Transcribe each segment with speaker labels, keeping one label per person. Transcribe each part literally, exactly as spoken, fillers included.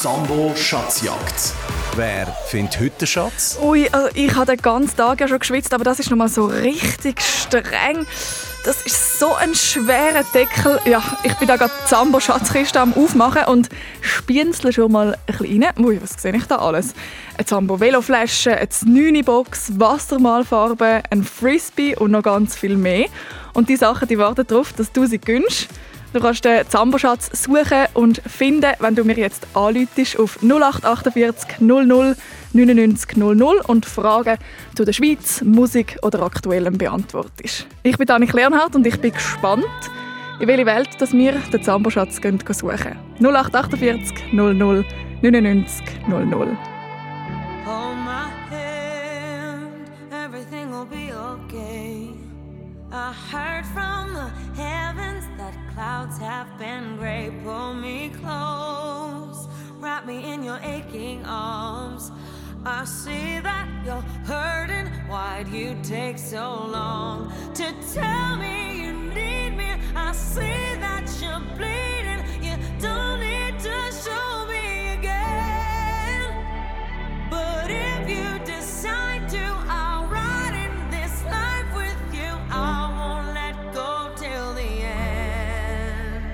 Speaker 1: Zambo Schatzjagd. Wer findet heute den Schatz?
Speaker 2: Ui, also ich habe den ganzen Tag ja schon geschwitzt, aber das ist noch mal so richtig streng. Das ist so ein schwerer Deckel. Ja, ich bin da gerade die Zambo-Schatzkiste am Aufmachen und spienzle schon mal ein bisschen rein. Ui, was sehe ich da alles? Eine Zambo-Veloflasche, eine Znüni-Box, Wassermalfarbe, ein Frisbee und noch ganz viel mehr. Und die Sachen die warten darauf, dass du sie gönnst. Du kannst den Zambo-Schatz suchen und finden, wenn du mir jetzt anrufst auf null acht achtundvierzig null null neunundneunzig null null und Fragen zu der Schweiz, Musik oder Aktuellem beantwortest. Ich bin Annik Leonhardt und ich bin gespannt, in welche Welt dass wir den Zambo-Schatz suchen. null acht achtundvierzig null null neunundneunzig null null.
Speaker 3: Hold my hand, everything will be okay. I heard from the heavens that clouds have been gray. Pull me close, wrap me in your aching arms. I see that you're hurting. Why'd you take so long to tell me you need me? I see that you're bleeding. You don't need to show me again. But if you decide to, I'll ride in this life with you. I won't let go till the end.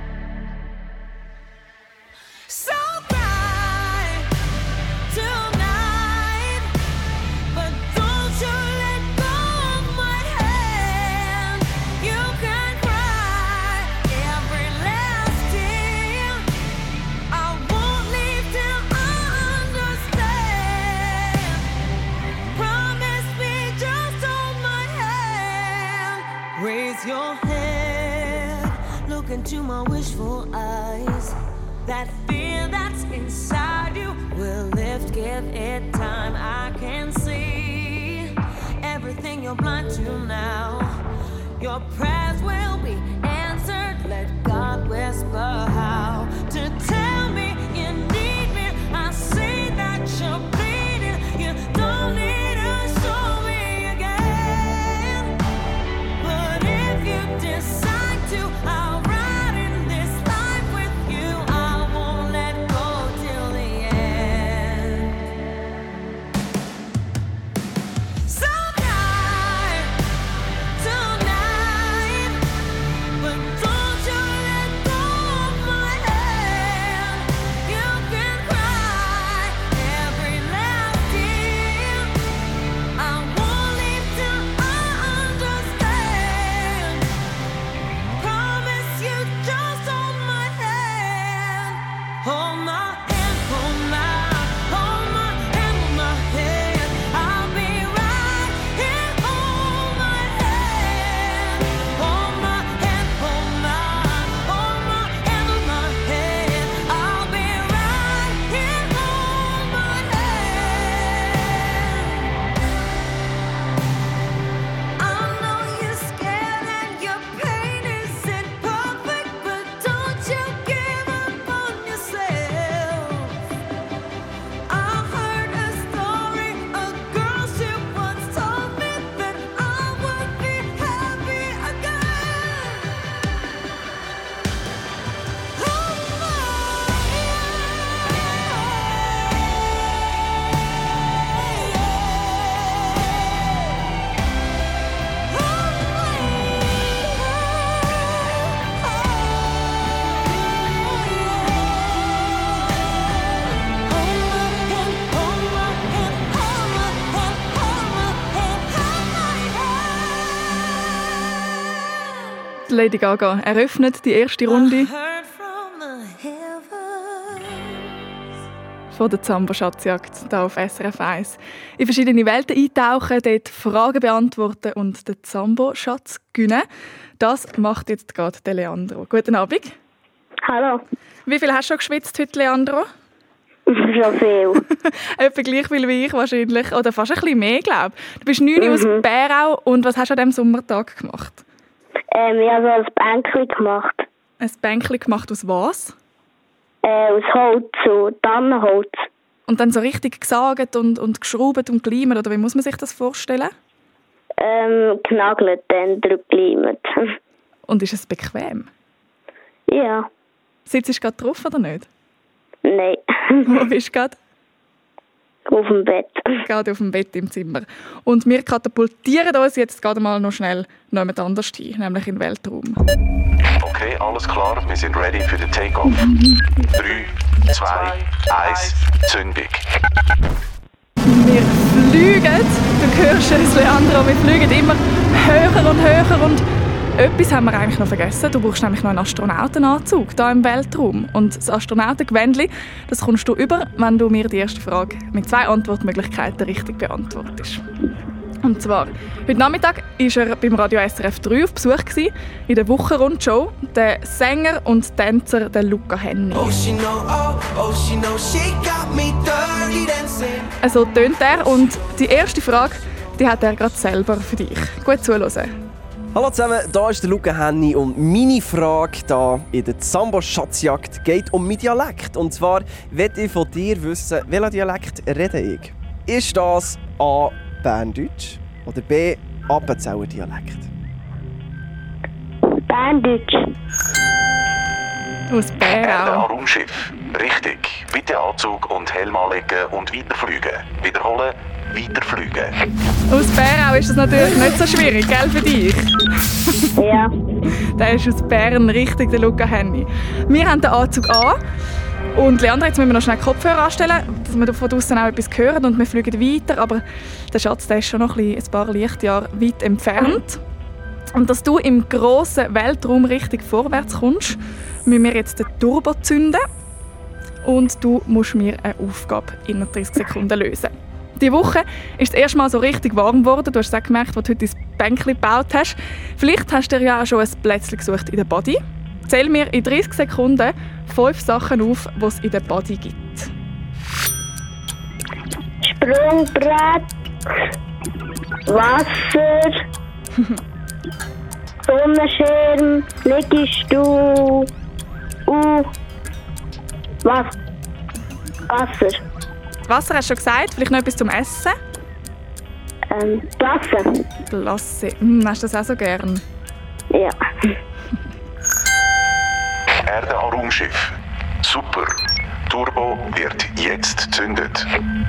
Speaker 3: So cry tonight, but don't you let go of my hand. You can cry every last tear. I won't leave till I understand. Promise me, just hold my hand. Raise your head, look into my wishful eyes. That fear that's inside you will lift, give it time. I can see everything you're blind to now. Your prayers will be answered. Let God whisper how to tell me you need me. I see that you're bleeding. You don't need to show me again. But if you decide to, I'll ride in this life with you. I won't let go till the end. So cry tonight, but don't you let go of my hand. You can cry every last tear. I won't leave till I understand. Promise you, just hold my hand. Hold my hand, hold my, hold my hand, hold my hand. I'll be right here. Hold my hand, hold my hand, hold my, hold my hand, hold my hand. I'll be right here. Hold my hand. I know you're scared and your pain isn't perfect, but don't you give up on yourself. I heard a story, a girl she once told me that I would be happy again. Hold my
Speaker 2: Lady Gaga eröffnet die erste Runde
Speaker 3: heard from the heavens.
Speaker 2: von der Zambo-Schatzjagd hier auf S R F eins. In verschiedene Welten eintauchen, dort Fragen beantworten und den Zambo-Schatz gewinnen. Das macht jetzt gerade der Leandro. Guten Abend.
Speaker 4: Hallo.
Speaker 2: Wie viel hast du schon geschwitzt heute, Leandro?
Speaker 4: Schon viel.
Speaker 2: Etwa gleich viel wie ich wahrscheinlich. Oder fast ein bisschen mehr, glaube ich. Du bist neun mhm. aus Bärau. Und was hast du an diesem Sommertag gemacht?
Speaker 4: Ähm, ich habe so ein Bänkchen gemacht.
Speaker 2: Ein Bänkchen gemacht aus was?
Speaker 4: Äh, aus Holz, so Tannenholz.
Speaker 2: Und dann so richtig gesagt und, und geschraubt und geleimt? Oder wie muss man sich das vorstellen?
Speaker 4: Ähm, genagelt, dann drüber geleimt.
Speaker 2: Und ist es bequem?
Speaker 4: Ja.
Speaker 2: Sitzt du gerade drauf oder nicht?
Speaker 4: Nein.
Speaker 2: Wo bist du gerade?
Speaker 4: Auf dem Bett.
Speaker 2: Gerade auf dem Bett im Zimmer. Und wir katapultieren uns jetzt gerade mal noch schnell jemand anders hin, nämlich in den Weltraum.
Speaker 5: Okay, alles klar, wir sind ready für den Take-Off. drei, zwei, eins, Zündung.
Speaker 2: Wir fliegen, du hörst es, Leandro, wir fliegen immer höher und höher und etwas haben wir eigentlich noch vergessen. Du brauchst nämlich noch einen Astronautenanzug hier im Weltraum. Und das Astronautengewändli, das kommst du über, wenn du mir die erste Frage mit zwei Antwortmöglichkeiten richtig beantwortest. Und zwar, heute Nachmittag war er beim Radio S R F drei auf Besuch gewesen, in der Wochenrundshow, der Sänger und Tänzer der Luca Henny.
Speaker 6: Oh, she know, oh, oh, she know, she got me dirty dancing.
Speaker 2: So tönt er und die erste Frage, die hat er gerade selber für dich. Gut zuhören.
Speaker 7: Hallo zusammen, hier ist der Luca Henny und meine Frage hier in der Zambo-Schatzjagd geht um meinen Dialekt. Und zwar möchte ich von dir wissen, welchen Dialekt rede ich? Ist das A. Berndeutsch oder B. Appenzeller Dialekt?
Speaker 4: Berndeutsch.
Speaker 2: Aus Bärau.
Speaker 5: Raumschiff. Richtig. Bitte Anzug und Helm anlegen und weiterfliegen. Wiederholen, weiterfliegen.
Speaker 2: Aus Bärau ist das natürlich nicht so schwierig, gell, für dich?
Speaker 4: Ja.
Speaker 2: Der ist aus Bern, richtig, der Luca Henny. Wir haben den Anzug an. Und Leandro, jetzt müssen wir noch schnell Kopfhörer anstellen, dass wir von draussen auch etwas hören und wir fliegen weiter. Aber der Schatz, der ist schon noch ein, ein paar Lichtjahre weit entfernt. Und dass du im grossen Weltraum richtig vorwärts kommst, müssen wir jetzt den Turbo zünden. Und du musst mir eine Aufgabe in dreißig Sekunden lösen. Diese Woche ist es erst mal so richtig warm geworden. Du hast es auch gemerkt, als du heute dein Bänkchen gebaut hast. Vielleicht hast du dir ja auch schon ein Plätzchen gesucht in der Body. Zähl mir in dreißig Sekunden fünf Sachen auf, die es in der Body gibt.
Speaker 4: Sprungbrett. Wasser. Sonnenschirm. Liegestuhl. Uh. Was? Wasser.
Speaker 2: Das Wasser hast du schon gesagt, vielleicht noch etwas zum Essen?
Speaker 4: Ähm, Klasse.
Speaker 2: Klasse. Hm, hast du das auch so gern?
Speaker 4: Ja.
Speaker 5: Erde am Raumschiff. Super. Turbo wird jetzt gezündet.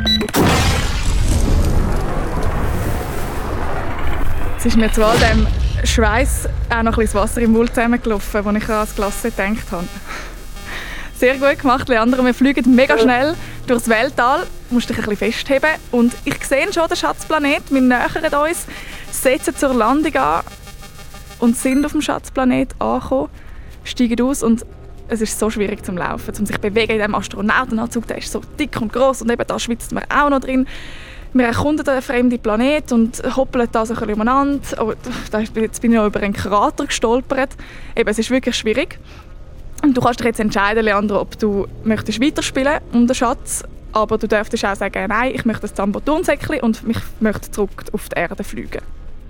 Speaker 2: Es ist mir zu all dem Schweiß auch noch ein bisschen das Wasser im Mund zusammengelaufen, als ich an das Klasse gedacht habe. Sehr gut gemacht, Leandro. Wir fliegen mega schnell durchs Weltall. Du musst dich ein bisschen festheben. Und ich sehe schon den Schatzplanet. Wir nähern uns, setzen zur Landung an und sind auf dem Schatzplanet angekommen, steigen aus und es ist so schwierig zum Laufen, um sich zu bewegen in diesem Astronautenanzug. Der ist so dick und gross und eben da schwitzt man auch noch drin. Wir erkunden den fremden Planet und hoppeln da so ein bisschen umeinander. Oh, jetzt bin ich noch über einen Krater gestolpert. Eben, es ist wirklich schwierig. Und du kannst dich jetzt entscheiden, Leandro, ob du möchtest weiterspielen um den Schatz, aber du dürftest auch sagen, nein, ich möchte das Zambo-Turnsäckchen und ich möchte zurück auf die Erde fliegen.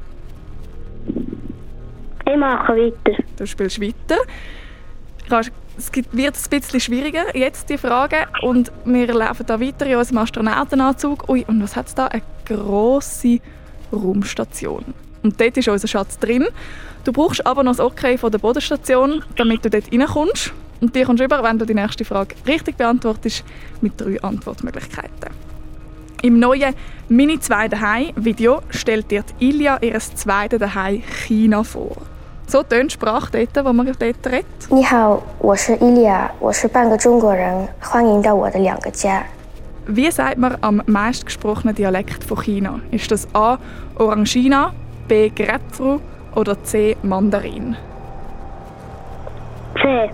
Speaker 4: Ich mache weiter.
Speaker 2: Du spielst weiter. Es wird ein bisschen schwieriger, jetzt die Frage. Und wir laufen da weiter in unserem Astronautenanzug. Ui, und was hat es da? Eine grosse Raumstation. Und dort ist unser Schatz drin. Du brauchst aber noch das Okay von der Bodenstation, damit du dort reinkommst. Und die kommst du über, wenn du die nächste Frage richtig beantwortest, mit drei Antwortmöglichkeiten. Im neuen Mini zwei daheim Video stellt dir die Ilja ihr zweites daheim China vor. So tönt die Sprache dort, wo man dort redet.
Speaker 8: 你好，我是伊利亚，我是半个中国人，欢迎到我的两个家。
Speaker 2: Wie sagt man am meistgesprochenen Dialekt von China? Ist das A. Orangina, B. Grapefruit oder C. Mandarin?
Speaker 4: C.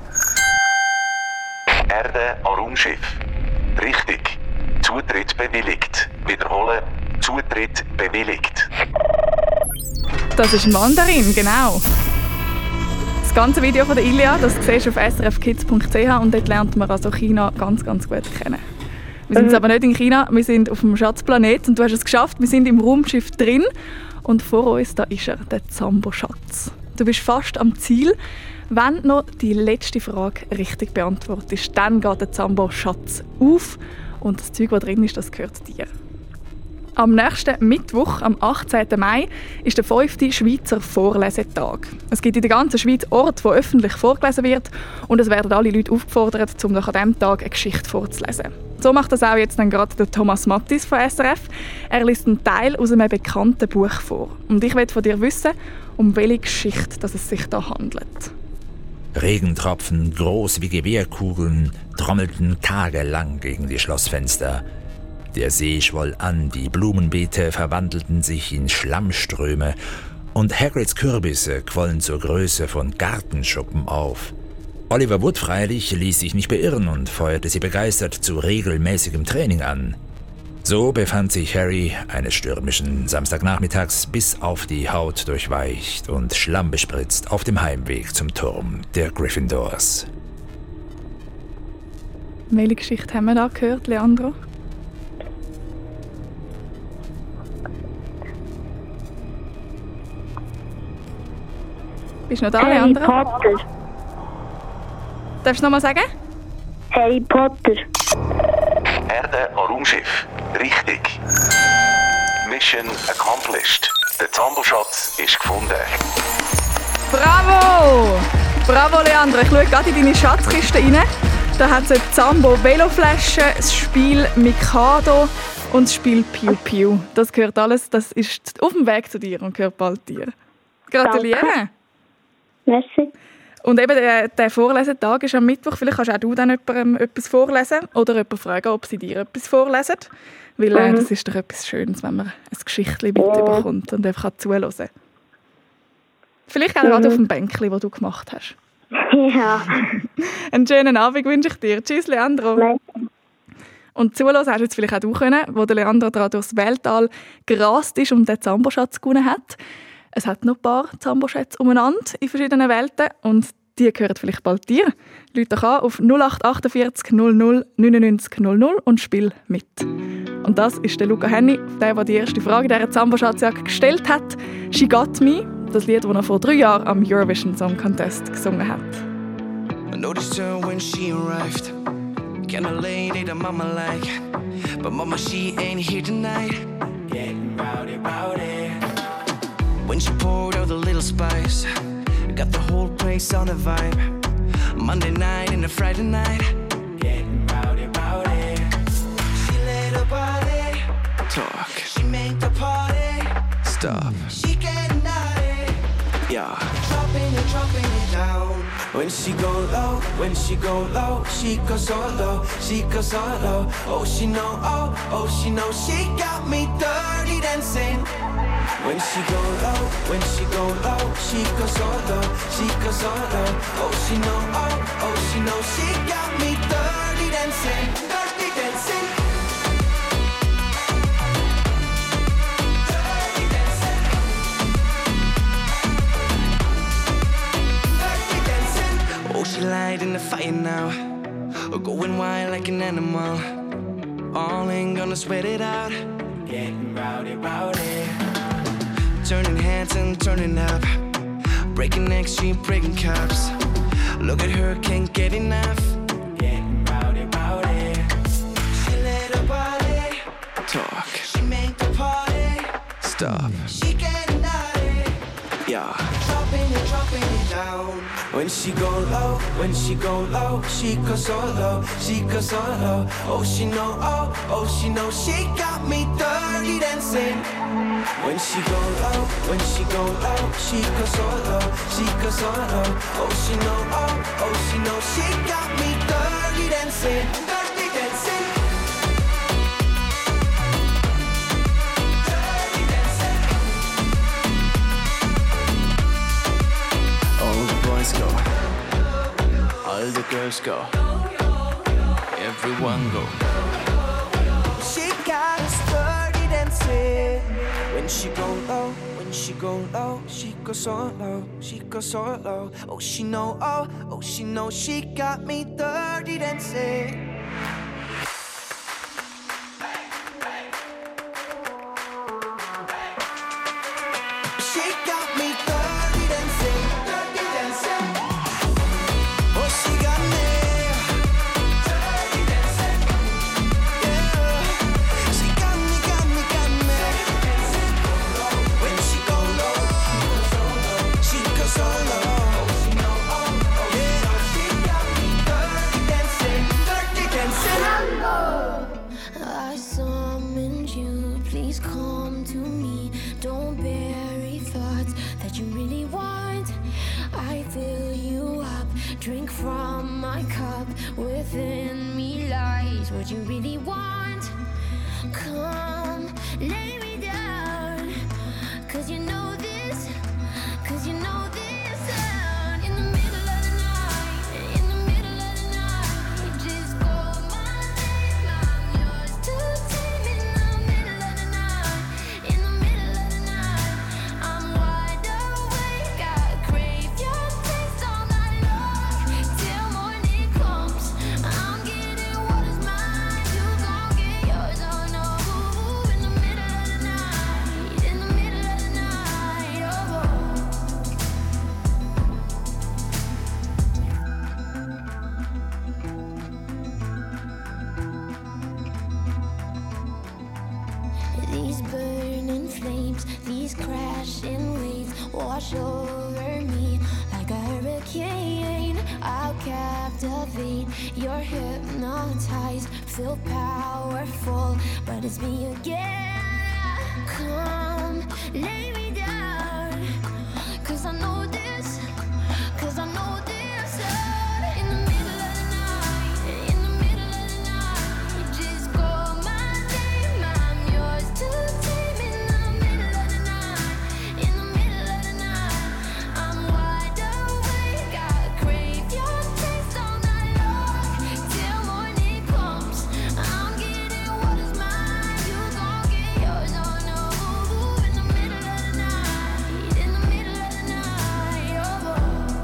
Speaker 5: Erde am Raumschiff. Richtig. Zutritt bewilligt. Wiederholen. Zutritt bewilligt.
Speaker 2: Das ist Mandarin, genau. Das ganze Video von der Ilja, das siehst du auf s r f kids punkt c h und dort lernt man also China ganz, ganz gut kennen. Wir sind jetzt aber nicht in China, wir sind auf dem Schatzplanet und du hast es geschafft, wir sind im Raumschiff drin und vor uns, da ist er, der Zambo-Schatz. Du bist fast am Ziel. Wenn du noch die letzte Frage richtig beantwortest, dann geht der Zambo-Schatz auf und das Zeug, das drin ist, das gehört dir. Am nächsten Mittwoch, am achtzehnten Mai, ist der fünfte Schweizer Vorlesetag. Es gibt in der ganzen Schweiz Orte, wo öffentlich vorgelesen wird und es werden alle Leute aufgefordert, um nach an diesem Tag eine Geschichte vorzulesen. So macht das auch jetzt dann gerade der Thomas Mattis von S R F. Er liest einen Teil aus einem bekannten Buch vor. Und ich will von dir wissen, um welche Geschichte dass es sich da handelt.
Speaker 9: Regentropfen, groß wie Gewehrkugeln, trommelten tagelang gegen die Schlossfenster. Der See schwoll an, die Blumenbeete verwandelten sich in Schlammströme und Hagrids Kürbisse quollen zur Größe von Gartenschuppen auf. Oliver Wood freilich ließ sich nicht beirren und feuerte sie begeistert zu regelmäßigem Training an. So befand sich Harry eines stürmischen Samstagnachmittags bis auf die Haut durchweicht und schlammbespritzt auf dem Heimweg zum Turm der Gryffindors.
Speaker 2: Welche Geschichte haben wir da gehört, Leandro? Bist du noch da,
Speaker 4: Harry
Speaker 2: Leandro?
Speaker 4: Potter.
Speaker 2: Darfst du noch mal sagen?
Speaker 4: Harry Potter.
Speaker 5: Erde an Raumschiff. Richtig. Mission accomplished. Der Zamboschatz ist gefunden.
Speaker 2: Bravo! Bravo, Leandro. Ich schaue gerade in deine Schatzkiste rein. Da hat es eine Zambo-Veloflasche, das Spiel Mikado und das Spiel Piu Piu. Das gehört alles, das ist auf dem Weg zu dir und gehört bald dir. Gratuliere!
Speaker 4: Danke. Merci.
Speaker 2: Und eben der, der Vorlesetag ist am Mittwoch. Vielleicht kannst auch du dann jemandem etwas vorlesen oder jemanden fragen, ob sie dir etwas vorlesen. Weil äh,
Speaker 4: Mhm.
Speaker 2: das ist doch etwas Schönes, wenn man ein Geschichtchen mitbekommt und einfach zuhören kann. Vielleicht auch gerade auf dem Bänkchen, das du gemacht hast.
Speaker 4: Ja.
Speaker 2: Einen schönen Abend wünsche ich dir. Tschüss, Leandro.
Speaker 4: Merci.
Speaker 2: Und zuhören hast du jetzt vielleicht auch du können, wo der Leandro dran durchs Weltall gerast ist und den Zamboschatz gewonnen hat. Es hat noch ein paar Zamboschätze umeinander in verschiedenen Welten und die gehören vielleicht bald dir. Ruf doch an auf null acht achtundvierzig null null neunundneunzig null null und spiel mit. Und das ist der Luca Henny, der, der die erste Frage dieser Zamboschätze gestellt hat. «She Got Me», das Lied, das er vor drei Jahren am Eurovision Song Contest gesungen hat.
Speaker 6: I noticed her when she arrived. Kinda late, ate a mama like. But mama, she ain't here tonight. Getting rowdy, rowdy. When she poured out the little spice, got the whole place on the vibe. Monday night and a Friday night. Getting rowdy, rowdy. She let her body talk. She make the party stop. She getting naughty. Yeah. Dropping it, dropping it down. When she go low, when she go low, she goes so low, she goes so low. Oh, she know, oh, oh, she know, she got me dirty dancing. When she go low, when she go low, she goes so low, she goes so low. Oh, she know, oh, oh, she know, she got me dirty dancing, dirty dancing. Dirty dancing. Dirty dancing. Oh, she light in the fire now, going wild like an animal. All ain't gonna sweat it out. Getting rowdy, rowdy. Turning heads and turning up. Breaking necks, she breaking cups. Look at her, can't get enough. Getting rowdy, rowdy. She let her body talk. She make the party stop. She getting naughty. Yeah. Dropping it, dropping it down. When she go low, when she go low, she goes so low, she goes so low. Oh, she know, oh, oh, she know, she got me dirty dancing. When she go low, when she go low, she goes so low, she goes so low. Oh, she know, oh, oh, she know, she got me dirty dancing, dirty dancing. Dirty dancing. All the boys go, all the girls go, everyone go. She got us dirty dancing. When she go low, when she go low, she goes so low, she goes so low. Oh, she know, oh, oh, she know, she got me dirty dancing. She got me dirty dancing, dirty dancing. Oh, she got me dirty dancing. Yeah, she got me, got me, got me.
Speaker 3: Drink from my cup, within me lies what you really want. Come, lay me down, cause you know this, cause you know this sound. In the middle of the night, in the middle of the night, just call my name, I'm yours to tame. In the middle of the night, in the middle of the night, I'm wide awake, I crave your taste all night long, till morning comes. I'm getting what is mine, you gon' get yours, oh no. In the middle of the night, in the middle of the night, oh. These burning flames, these crashing waves wash over me like a hurricane. I'll captivate, you're hypnotized, feel powerful, but it's me again. Come, lay me down, cause I know this, cause I know this sound. In the middle of the night, in the middle of the night, just call my name, I'm yours to tame. In the middle of the night, in the middle of the night, I'm wide awake, I crave your taste all night long, till morning comes. I'm getting what is mine, you gon' get yours, oh no. In the middle of the night, in the middle of the night, oh.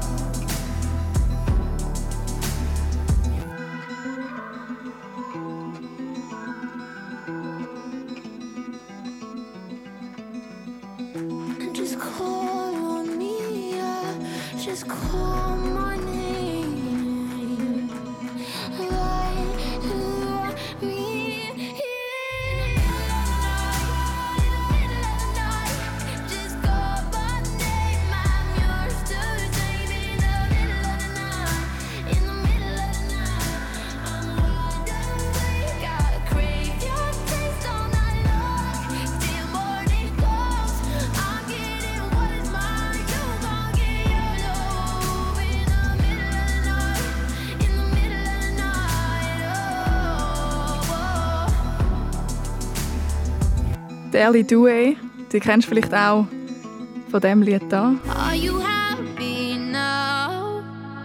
Speaker 3: Just call on me, yeah. Just call my name. Light, light me in the middle of the night. Just call my name, I'm yours to tame. In the middle of the night, in the middle of the night, I'm wide awake, I crave your taste all night long, till morning comes. I'm getting what is mine, you gon' get yours, oh. In the middle of the night, in the middle of the night, oh.
Speaker 2: Daily Douay, die kennst du vielleicht auch von diesem Lied da.
Speaker 3: Are you happy now?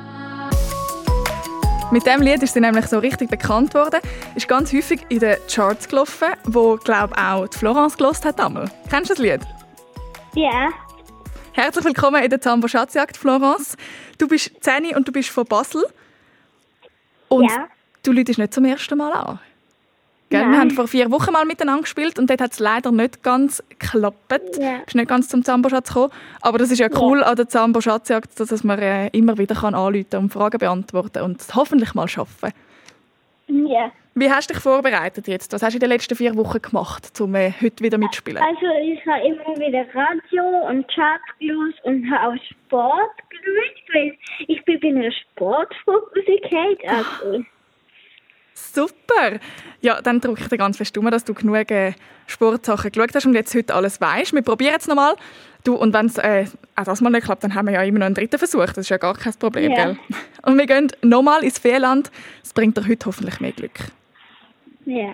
Speaker 2: Mit diesem Lied ist sie nämlich so richtig bekannt worden. Ist ganz häufig in den Charts gelaufen, wo, glaube ich, auch die Florence gehört hat. Einmal. Kennst du das Lied?
Speaker 4: Ja.
Speaker 2: Herzlich willkommen in der Zambo Schatzjagd, Florence. Du bist zehn und du bist von Basel. Und
Speaker 4: Ja.
Speaker 2: du läutest nicht zum ersten Mal an. Gell? Wir
Speaker 4: Nein.
Speaker 2: haben vor vier Wochen mal miteinander gespielt und dort hat es leider nicht ganz geklappt.
Speaker 4: Ja.
Speaker 2: Du bist nicht ganz zum Zambo-Schatz gekommen. Aber das ist ja cool an der Zambo-Schatzjagd, dass man äh, immer wieder kann anrufen kann und Fragen beantworten und es hoffentlich mal schaffen.
Speaker 4: Ja.
Speaker 2: Wie hast du dich vorbereitet jetzt? Was hast du in den letzten vier Wochen gemacht, um äh, heute wieder mitzuspielen?
Speaker 4: Also ich habe immer wieder Radio und Chat gelesen und habe auch Sport geschaut, weil ich bin bei einer Sportfokussigkeit. Also,
Speaker 2: Super! Ja, dann drücke ich dir ganz fest um, dass du genug äh, Sportsachen geschaut hast und jetzt heute alles weisst. Wir probieren es nochmal. Du, und wenn es äh, auch das mal nicht klappt, dann haben wir ja immer noch einen dritten Versuch. Das ist ja gar kein Problem,
Speaker 4: Ja.
Speaker 2: gell? Und wir gehen nochmal ins Feenland. Das bringt dir heute hoffentlich mehr Glück.
Speaker 4: ja.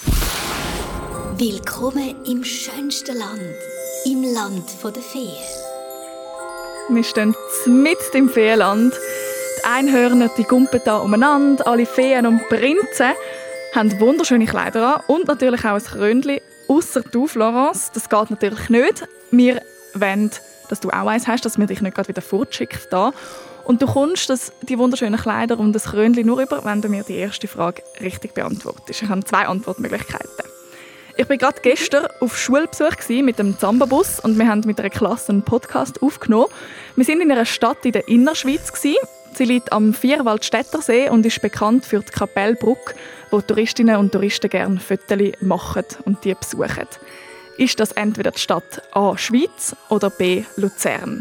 Speaker 10: Willkommen im schönsten Land, im Land der Feen.
Speaker 2: Wir stehen mitten im Feenland. Die Einhörner, die gumpen da umeinander. Alle Feen und Prinzen haben wunderschöne Kleider an und natürlich auch ein Krönchen. Ausser du, Florence. Das geht natürlich nicht. Wir wollen, dass du auch eins hast, dass wir dich nicht gerade wieder fortschicken da. Und du kommst das, die wunderschönen Kleider und das Krönchen nur über, wenn du mir die erste Frage richtig beantwortest. Ich habe zwei Antwortmöglichkeiten. Ich war gerade gestern auf Schulbesuch mit dem Zamba-Bus und wir haben mit einer Klasse einen Podcast aufgenommen. Wir waren in einer Stadt in der Innerschweiz. Sie liegt am Vierwaldstättersee und ist bekannt für die Kapellbrücke, wo Touristinnen und Touristen gerne Fotos machen und die besuchen. Ist das entweder die Stadt A. Schweiz oder B. Luzern?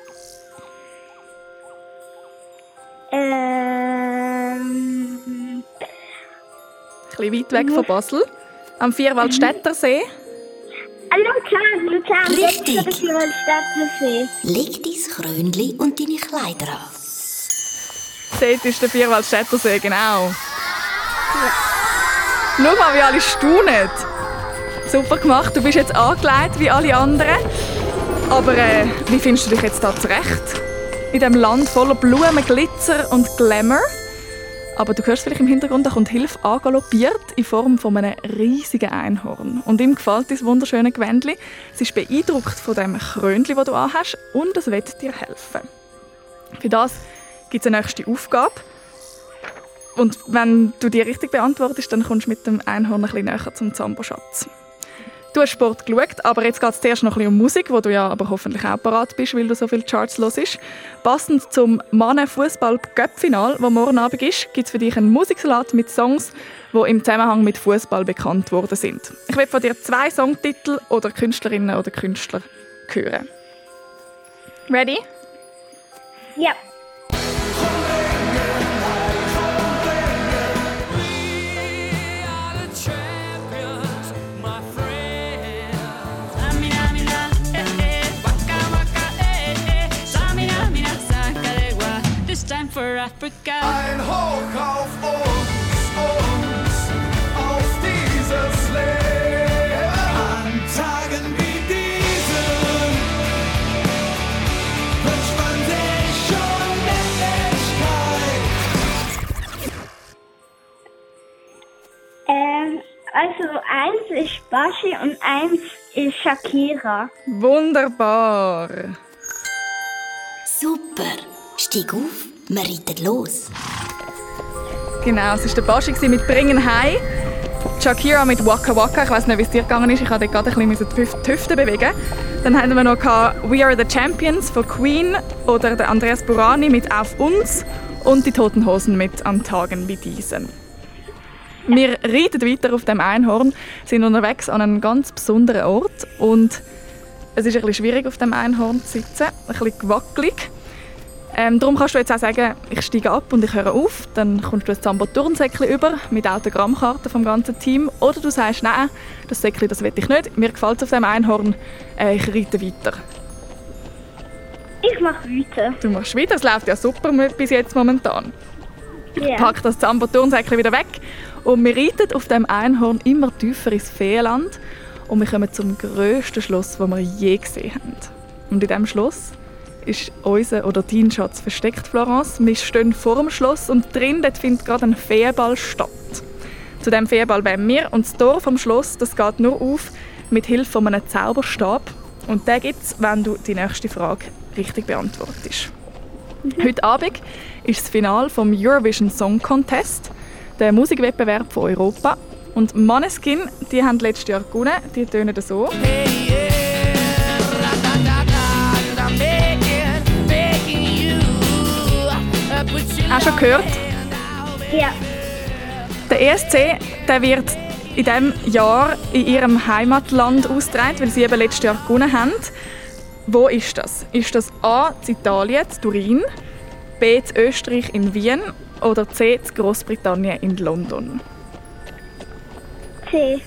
Speaker 4: Ähm,
Speaker 2: Ein bisschen weit weg von Basel. Am Vierwaldstättersee.
Speaker 4: ah, Luzern, Luzern.
Speaker 10: Richtig.
Speaker 4: Jetzt für die Stadt.
Speaker 10: Leg dein Krönchen und deine Kleider an.
Speaker 2: Dort ist der Vierwaldstättersee, genau. Schau mal, wie alle staunen. Super gemacht, du bist jetzt angelegt wie alle anderen. Aber äh, wie findest du dich jetzt da zurecht? In diesem Land voller Blumen, Glitzer und Glamour. Aber du hörst vielleicht im Hintergrund, da kommt Hilfe angaloppiert in Form von einem riesigen Einhorn. Und ihm gefällt dein wunderschöne Gewändchen. Sie ist beeindruckt von dem Krönchen, das du anhast, und es will dir helfen. Für das gibt es eine nächste Aufgabe. Und wenn du die richtig beantwortest, dann kommst du mit dem Einhorn ein bisschen näher zum Zamboschatz. Du hast Sport geschaut, aber jetzt geht es zuerst noch ein bisschen um Musik, wo du ja aber hoffentlich auch parat bist, weil du so viele Charts hörst. Passend zum Mannen-Fußball-Cup-Final, das morgen Abend ist, gibt es für dich einen Musiksalat mit Songs, die im Zusammenhang mit Fußball bekannt worden sind. Ich will von dir zwei Songtitel oder Künstlerinnen oder Künstler hören. Ready?
Speaker 4: Ja.
Speaker 3: Time for Africa.
Speaker 11: Ein Hoch auf uns, uns, auf dieses Leben. An Tagen wie diesen wünscht man sich schon Ewigkeit.
Speaker 4: Ähm, also eins ist Baschi und eins ist Shakira.
Speaker 2: Wunderbar.
Speaker 10: Super. Steig auf, wir reiten los.
Speaker 2: Genau, es war der Baschi mit «Bringen Hei». Shakira mit «Waka Waka». Ich weiss nicht, wie es dir gegangen ist. Ich musste gerade ein bisschen die Hüfte bewegen. Dann hatten wir noch «We Are the Champions» von Queen oder der Andreas Burani mit «Auf uns» und die Toten Hosen mit «An Tagen wie diesen». Wir reiten weiter auf dem Einhorn, sind unterwegs an einem ganz besonderen Ort und es ist ein bisschen schwierig, auf dem Einhorn zu sitzen, ein bisschen gewackelig. Ähm, darum kannst du jetzt auch sagen, ich steige ab und ich höre auf. Dann kommst du ein Zambo-Turnsäckchen über mit Autogrammkarten vom ganzen Team. Oder du sagst, nein, das Säckchen das will ich nicht. Mir gefällt es auf dem Einhorn. Äh, ich reite weiter.
Speaker 4: Ich mache weiter.
Speaker 2: Du machst weiter. Es läuft ja super bis jetzt momentan.
Speaker 4: Ja.
Speaker 2: Ich packe das Zambo-Turnsäckchen wieder weg. Und wir reiten auf dem Einhorn immer tiefer ins Feenland. Und wir kommen zum grössten Schloss, das wir je gesehen haben. Und in diesem Schloss ist unser oder dein Schatz versteckt, Florence. Wir stehen vor dem Schloss und drin dort findet gerade ein Feenball statt. Zu diesem Feenball wollen wir und das Tor vom Schloss das geht nur auf mit Hilfe von einem Zauberstab. Und den gibt es, wenn du die nächste Frage richtig beantwortest. Mhm. Heute Abend ist das Finale vom Eurovision Song Contest, der Musikwettbewerb von Europa. Und Måneskin, die haben letztes Jahr gewonnen. Die tönen so. Hast du schon gehört?
Speaker 4: Ja.
Speaker 2: Der E S C der wird in diesem Jahr in ihrem Heimatland ausgetragen, weil sie eben letztes Jahr gewonnen haben. Wo ist das? Ist das A. in Italien, in Turin, B. in Österreich, in Wien oder C. in Großbritannien, in London?
Speaker 4: C.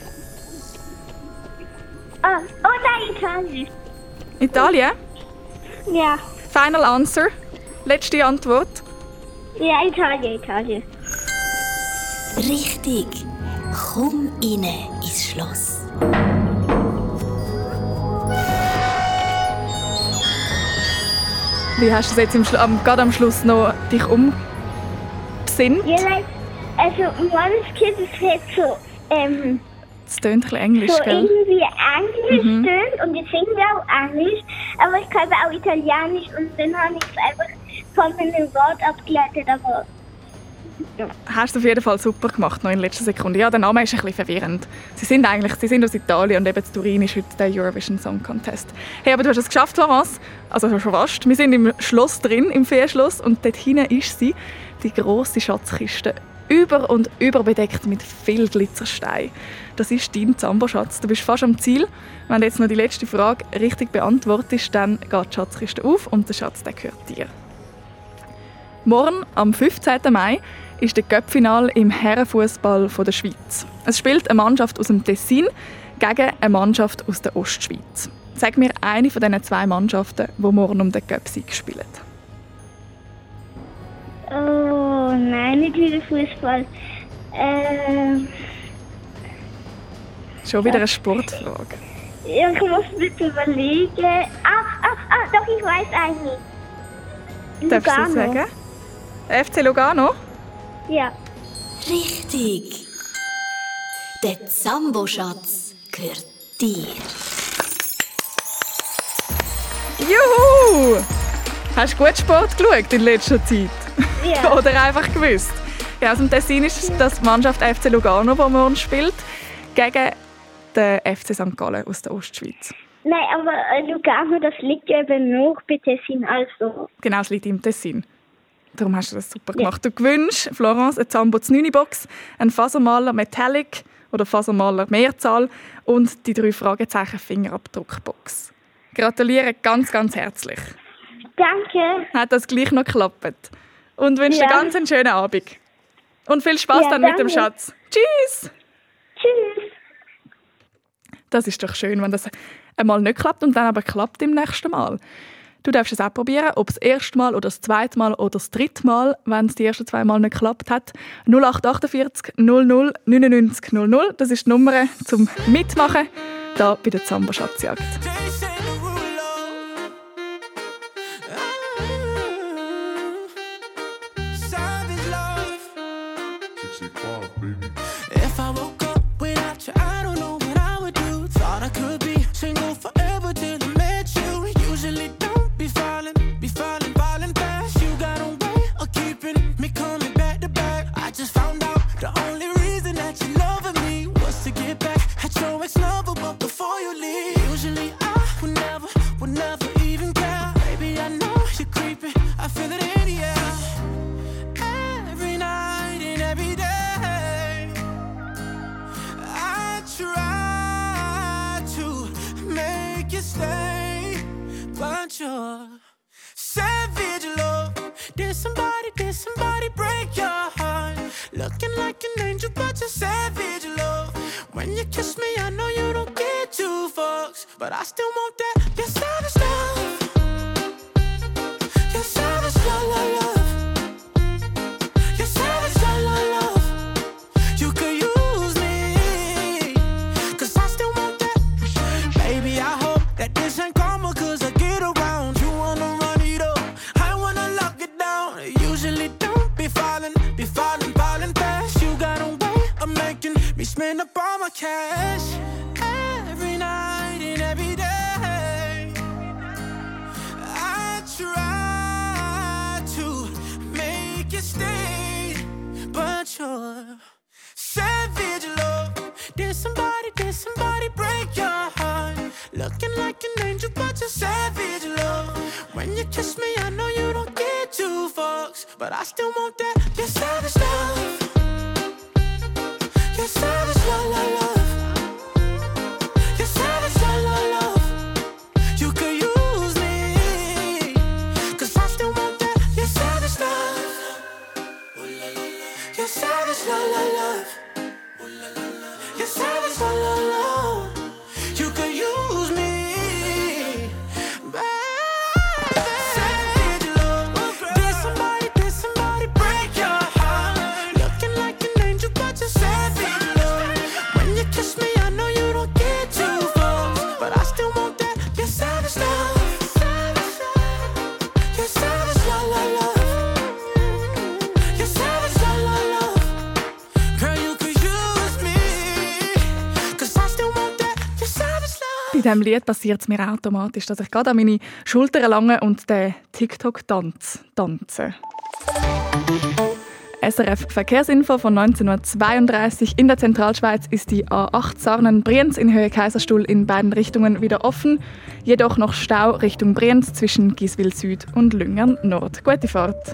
Speaker 4: Ah, oh nein, Italien.
Speaker 2: Italien?
Speaker 4: Ja.
Speaker 2: Final answer? Letzte Antwort?
Speaker 4: Ja, Italien, Italien.
Speaker 10: Richtig. Komm rein ins Schloss.
Speaker 2: Wie hast du es jetzt im Schlu- am, gerade am Schluss noch dich umbesinnt?
Speaker 4: Ja, like, also Måneskin, das hat so, ähm,
Speaker 2: Das tönt ein bisschen englisch,
Speaker 4: so
Speaker 2: gell?
Speaker 4: irgendwie Englisch
Speaker 2: Mhm.
Speaker 4: tönt und ich singe auch Englisch, aber ich kann auch Italienisch und dann habe ich es einfach von meinem Wort abgeleitet, aber ja.
Speaker 2: Hast du auf jeden Fall super gemacht, noch in letzter Sekunde. Ja, der Name ist ein bisschen verwirrend. Sie sind eigentlich sie sind aus Italien und eben in Turin ist heute der Eurovision Song Contest. Hey, aber du hast es geschafft, Florence. Also schon fast. Wir sind im Schloss drin, im Feenschloss, und dort hinten ist sie, die grosse Schatzkiste. Über und über bedeckt mit viel Glitzerstein. Das ist dein Zambo-Schatz. Du bist fast am Ziel. Wenn du jetzt noch die letzte Frage richtig beantwortest, dann geht die Schatzkiste auf und der Schatz der gehört dir. Morgen, am fünfzehnten Mai, ist der Cup-Final im Herrenfußball der Schweiz. Es spielt eine Mannschaft aus dem Tessin gegen eine Mannschaft aus der Ostschweiz. Sag mir eine von diesen zwei Mannschaften, die morgen um den Cup-Sieg spielen.
Speaker 4: Oh. wieder Fußball. Ähm,
Speaker 2: Schon wieder eine Sportfrage.
Speaker 4: ich muss bitte überlegen. Ah, ah, ah, doch, ich weiß eigentlich.
Speaker 2: Darfst du sagen? F C Lugano?
Speaker 4: Ja.
Speaker 10: Richtig. Der Zambo-Schatz gehört dir.
Speaker 2: Juhu! Hast du gut Sport geschaut in letzter Zeit?
Speaker 4: Ja.
Speaker 2: Oder einfach gewusst? Ja, aus dem Tessin ist das die Mannschaft F C Lugano, die morgen spielt, gegen den F C Sankt Gallen aus der Ostschweiz.
Speaker 4: Nein, aber äh, Lugano, das liegt ja eben noch bei Tessin, also.
Speaker 2: Genau, es liegt im Tessin. Darum hast du das super gemacht. Du gewünscht, Florence, eine Zambo neun Box, einen Fasermaler Metallic oder Fasermaler Mehrzahl und die drei Fragezeichen Fingerabdruckbox. Gratuliere ganz, ganz herzlich.
Speaker 4: Danke.
Speaker 2: Hat das gleich noch geklappt. Und wünsche
Speaker 4: Ja.
Speaker 2: dir ganz einen schönen Abend. Und viel Spaß
Speaker 4: Ja,
Speaker 2: dann mit dem
Speaker 4: danke.
Speaker 2: Schatz. Tschüss!
Speaker 4: Tschüss.
Speaker 2: Das ist doch schön, wenn das einmal nicht klappt und dann aber klappt im nächsten Mal. Du darfst es auch probieren, ob das erste Mal oder das zweite Mal oder das dritte Mal, wenn es die ersten zwei Mal nicht geklappt hat. null acht achtundvierzig null null neunundneunzig null null, das ist die Nummer zum Mitmachen, hier bei der Zambo Schatzjagd.
Speaker 6: If I woke up without you, I don't know what I would do. Thought I could be single forever till I met you. Usually don't be falling, be falling, falling fast. You got a way of keeping me coming back to back. I just found out the only reason that you loving me was to get back at your ex-lover, but before you leave, usually I would never, would never even care. Baby, I know you're creeping, I feel it in the air. Every night and every day I try to make you stay, but you're savage love. Did somebody, did somebody break your heart? Looking like an angel, but you're savage love. When you kiss me, I know you don't get two fucks, but I still want that. You're savage love. You're savage love, love, love. You're savage love, love, love. You could use me, 'cause I still want that. Baby, I hope that this ain't karma, 'cause I get around. You wanna run it up, I wanna lock it down. Usually don't be falling, be falling, falling fast. You got a way of making me spend up all my cash. Every night and every day I try to make you stay, but you're savage love. Did somebody, did somebody break your heart? Looking like an angel, but you're savage love. When you kiss me, I know you don't get two fucks, but I still want that. You're savage love. You're savage love, love, love. You're savage love, love, love. You could use me, 'cause I still want that. You're savage love. You're savage love, love, love. You're savage love, love, love. You could use me, baby. Savage love. Did somebody, did somebody break your heart? Looking like an angel, but you're savage love. When you kiss me, I know you don't get two fucks, but I still want that. You're savage love. You're savage love, love, love. You're savage love, love, love. Girl, you could use me, 'cause I still want that. You're savage love.
Speaker 2: Bei diesem Lied passiert es mir automatisch, dass ich gerade an meine Schultern lange und den TikTok-Tanz tanze. S R F-Verkehrsinfo von neunzehnhundertzweiunddreißig. In der Zentralschweiz ist die A acht Sarnen-Brienz in Höhe Kaiserstuhl in beiden Richtungen wieder offen. Jedoch noch Stau Richtung Brienz zwischen Giswil Süd und Lüngern Nord. Gute Fahrt.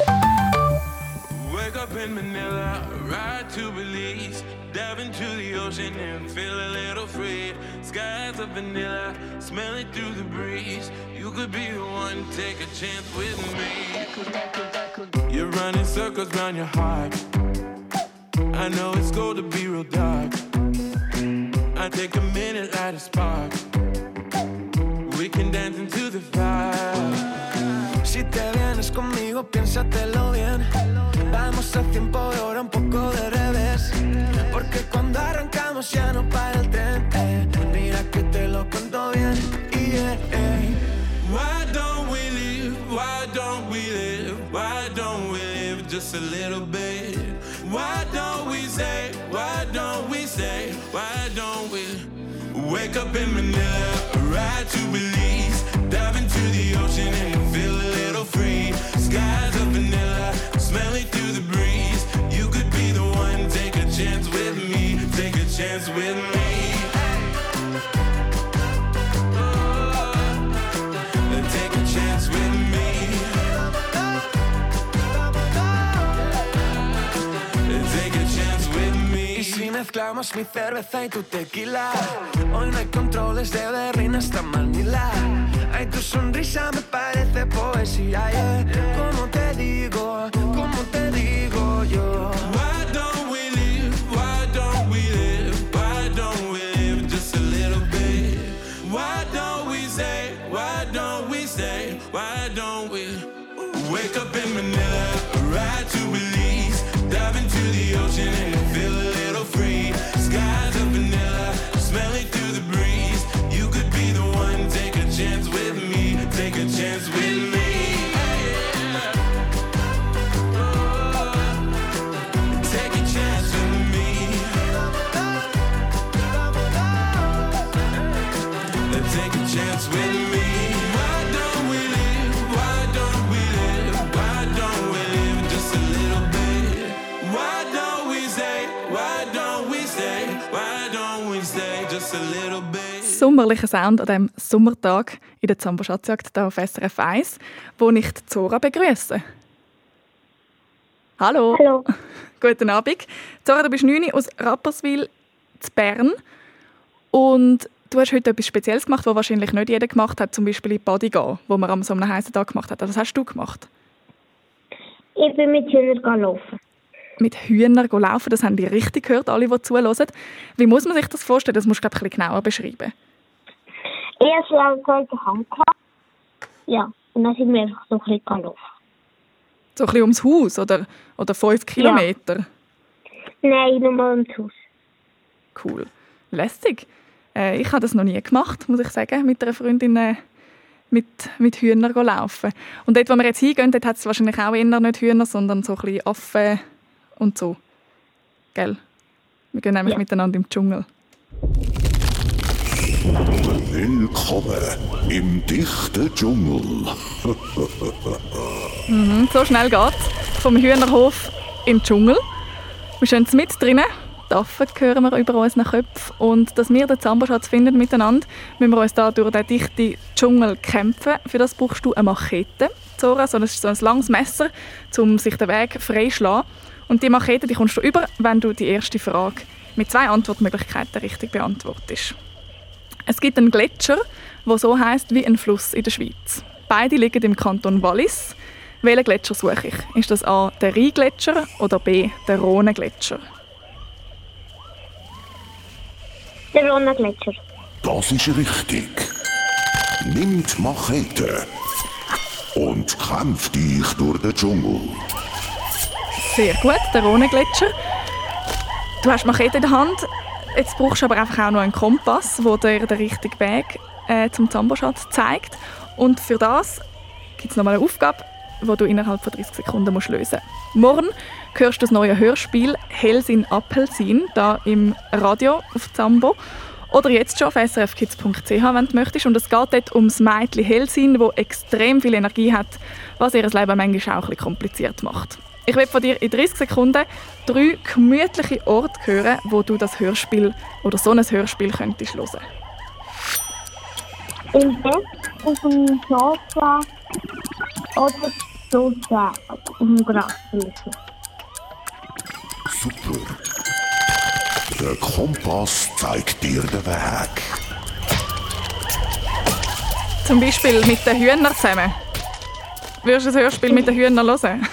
Speaker 12: Wake up in Manila, ride to Belize, dive into the ocean and feel a little free. Skies of vanilla, smell it through the breeze. You could be the one, take a chance with me. You're running circles round your heart. I know it's cold to be real dark. I take a minute, light a spark. We can dance into the fire.
Speaker 11: Si te vienes conmigo, piénsatelo bien. Vamos
Speaker 6: vamos a cien por hora, un poco de revés. Porque cuando arrancamos ya no para el tren. Eh. Mira que te lo cuento bien. Yeah, eh.
Speaker 12: Why don't we live? Why don't we live? Why don't we live just a little bit? Why don't we say? Why don't we say? Why don't we wake up in Manila, ride to Belize, dive into the ocean and feel a little free? Skies of vanilla, smelling through the breeze. You could be the one, take a chance with me, take a chance with me. Take a chance with me. Take a chance with me.
Speaker 6: Y si mezclamos mi cerveza y tu tequila, hoy no hay controles de Berlín hasta Manila. Ay, tu sonrisa me parece poesía, yeah. ¿Cómo te digo? ¿Cómo te digo yo?
Speaker 12: Why don't we live? Why don't we live? Why don't we live just a little bit? Why don't we say? Why don't we say? Why don't we wake up in Manila, ride to Belize, dive into the ocean and feel a little free? Skies of vanilla, smelling through the breeze. You could be the one, take a chance with me, take a chance with me. Take a chance with me. Take a chance with me. Why don't we live? Why don't we live? Why don't we live just a little bit? Why don't we say? Why don't we say? Why don't we say just a little bit?
Speaker 2: Sommerlicher Sound an diesem Sommertag in der Zambo Schatzjagd hier auf S R F eins, wo ich die Zora begrüße. Hallo.
Speaker 4: Hallo.
Speaker 2: Guten Abend. Zora, du bist neun aus Rapperswil zu Bern und du hast heute etwas Spezielles gemacht, was wahrscheinlich nicht jeder gemacht hat, zum Beispiel in die Body gehen, wo man am so einem heißen Tag gemacht hat. Was hast du gemacht?
Speaker 4: Ich bin mit Hühnern laufen.
Speaker 2: Mit Hühnern laufen, das haben die richtig gehört, alle, die zuhören. Wie muss man sich das vorstellen? Das musst du, glaube ich, ein bisschen genauer beschreiben.
Speaker 4: Ich habe so eine Hand gehabt. Ja, und dann sind wir einfach so ein bisschen gelaufen.
Speaker 2: So ein bisschen ums Haus oder, oder fünf Kilometer?
Speaker 4: Nein, nur mal ums Haus.
Speaker 2: Cool. Lässig. Äh, ich habe das noch nie gemacht, muss ich sagen, mit einer Freundin äh, mit, mit Hühnern laufen. Und dort, wo wir jetzt hingehen, dort hat es wahrscheinlich auch eher nicht Hühner, sondern so ein bisschen Affen und so. Gell? Wir gehen nämlich ja. miteinander im Dschungel.
Speaker 13: Willkommen im dichten Dschungel.
Speaker 2: mhm, so schnell geht's. Vom Hühnerhof in den Dschungel. Wir stehen mit drinnen. Die Affen hören wir über unseren Köpfen. Und dass wir den Zamboschatz finden miteinander, müssen wir uns da durch den dichten Dschungel kämpfen. Für das brauchst du eine Machete, Zora. So ein, so ein langes Messer, um sich den Weg freizuschlagen. Und die Machete die kommst du über, wenn du die erste Frage mit zwei Antwortmöglichkeiten richtig beantwortest. Es gibt einen Gletscher, der so heisst wie ein Fluss in der Schweiz. Beide liegen im Kanton Wallis. Welchen Gletscher suche ich? Ist das A. der Rheingletscher oder B. der Rhonegletscher?
Speaker 4: Der Rhonegletscher.
Speaker 13: Das ist richtig. Nimm die Machete und kämpf dich durch den Dschungel.
Speaker 2: Sehr gut, der Rhonegletscher. Du hast die Machete in der Hand. Jetzt brauchst du aber einfach auch noch einen Kompass, der dir den richtigen Weg äh, zum Zamboschatz zeigt. Und für das gibt es noch mal eine Aufgabe, die du innerhalb von dreißig Sekunden musst lösen musst. Morgen hörst du das neue Hörspiel «Hellsin Appelsin» hier im Radio auf Zambo. Oder jetzt schon auf s r f kids punkt c h, wenn du möchtest. Und es geht dort um das Mädchen Hellsin, das extrem viel Energie hat, was ihr Leben manchmal auch ein bisschen kompliziert macht. Ich will von dir in dreißig Sekunden drei gemütliche Orte hören, wo du das Hörspiel oder so ein Hörspiel könntest hören.
Speaker 4: Im Bett, auf dem Sofa oder Sofa auf dem Gras.
Speaker 13: Super. Der Kompass zeigt dir den Weg.
Speaker 2: Zum Beispiel mit den Hühnern zusammen. Würdest du das Hörspiel mit den Hühnern hören?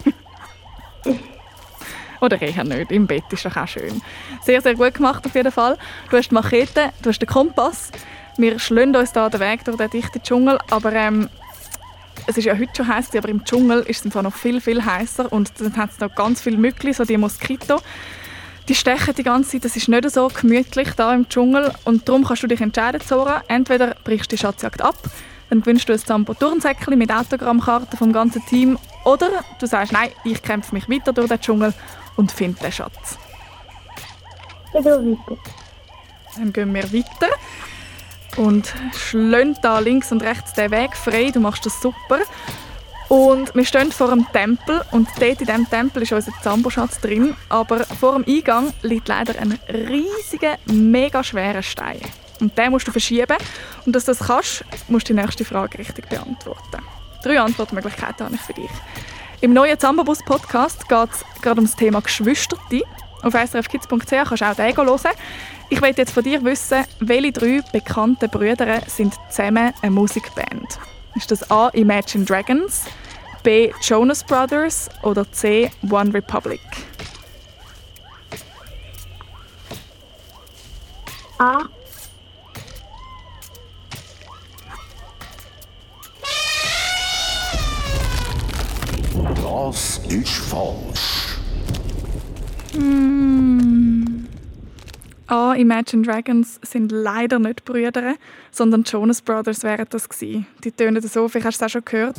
Speaker 2: Oder eher nicht. Im Bett ist doch auch schön. Sehr, sehr gut gemacht auf jeden Fall. Du hast die Machete, du hast den Kompass. Wir schlagen uns da den Weg durch den dichten Dschungel. Aber ähm, es ist ja heute schon heiß, aber im Dschungel ist es im Fall noch viel, viel heißer und dann hat es noch ganz viele Mückli, so die Moskito. Die stechen die ganze Zeit, das ist nicht so gemütlich da im Dschungel und darum kannst du dich entscheiden, Zora. Entweder brichst du die Schatzjagd ab, dann wünschst du ein Zambo-Turnsäckchen mit Autogrammkarten vom ganzen Team oder du sagst, nein, ich kämpfe mich weiter durch den Dschungel und finde den Schatz.
Speaker 4: Ich gehe weiter.
Speaker 2: Dann gehen wir weiter und schlagen da links und rechts den Weg frei. Du machst das super. Und wir stehen vor einem Tempel und dort in diesem Tempel ist unser Zambo-Schatz drin. Aber vor dem Eingang liegt leider ein riesiger, mega schwerer Stein. Und den musst du verschieben. Und dass du das kannst, musst du die nächste Frage richtig beantworten. Drei Antwortmöglichkeiten habe ich für dich. Im neuen Zambobus-Podcast geht es gerade um das Thema Geschwisterte. Auf s r f kids punkt c h kannst du auch den hören. Ich möchte jetzt von dir wissen, welche drei bekannten Brüder sind zusammen eine Musikband? Ist das A. Imagine Dragons, B. Jonas Brothers oder C. One Republic?
Speaker 4: A.
Speaker 13: Das ist falsch.
Speaker 2: Mm. A. Imagine Dragons sind leider nicht Brüder, sondern Jonas Brothers wären das gewesen. Die tönen so, vielleicht hast du es auch schon gehört.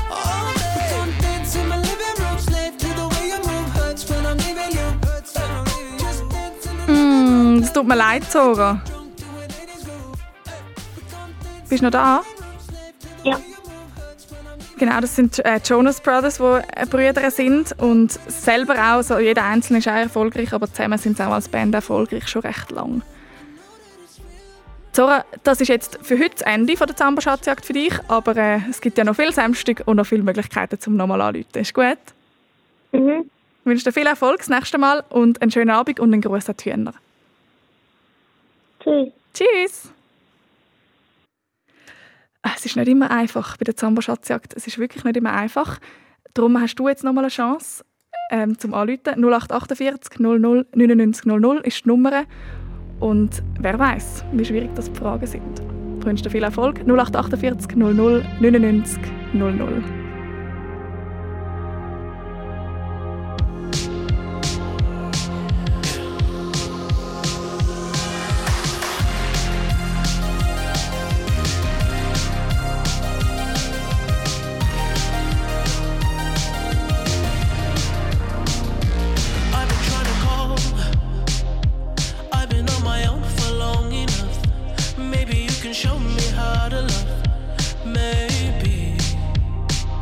Speaker 2: Mm, das tut mir leid, Zora. Bist du noch da?
Speaker 4: Ja.
Speaker 2: Genau, das sind äh, Jonas Brothers, die äh, Brüder sind und selber auch, so, jeder Einzelne ist auch erfolgreich, aber zusammen sind sie auch als Band erfolgreich, schon recht lang. Zora, das ist jetzt für heute das Ende von der Zambo-Schatzjagd für dich, aber äh, es gibt ja noch viele Samstag und noch viele Möglichkeiten, um nochmal anzurufen. Ist gut?
Speaker 4: Mhm.
Speaker 2: Ich wünsche dir viel Erfolg das nächste Mal und einen schönen Abend und einen Gruß an die Hühner.
Speaker 4: Tschüss.
Speaker 2: Tschüss! Es ist nicht immer einfach bei der Zambo-Schatzjagd. Es ist wirklich nicht immer einfach. Darum hast du jetzt noch mal eine Chance ähm, zum Anrufen. null acht achtundvierzig null null neunundneunzig null null ist die Nummer. Und wer weiß, wie schwierig das die Fragen sind. Ich wünsche dir viel Erfolg. null acht achtundvierzig null null neunundneunzig null null.
Speaker 6: Show me how to love, maybe.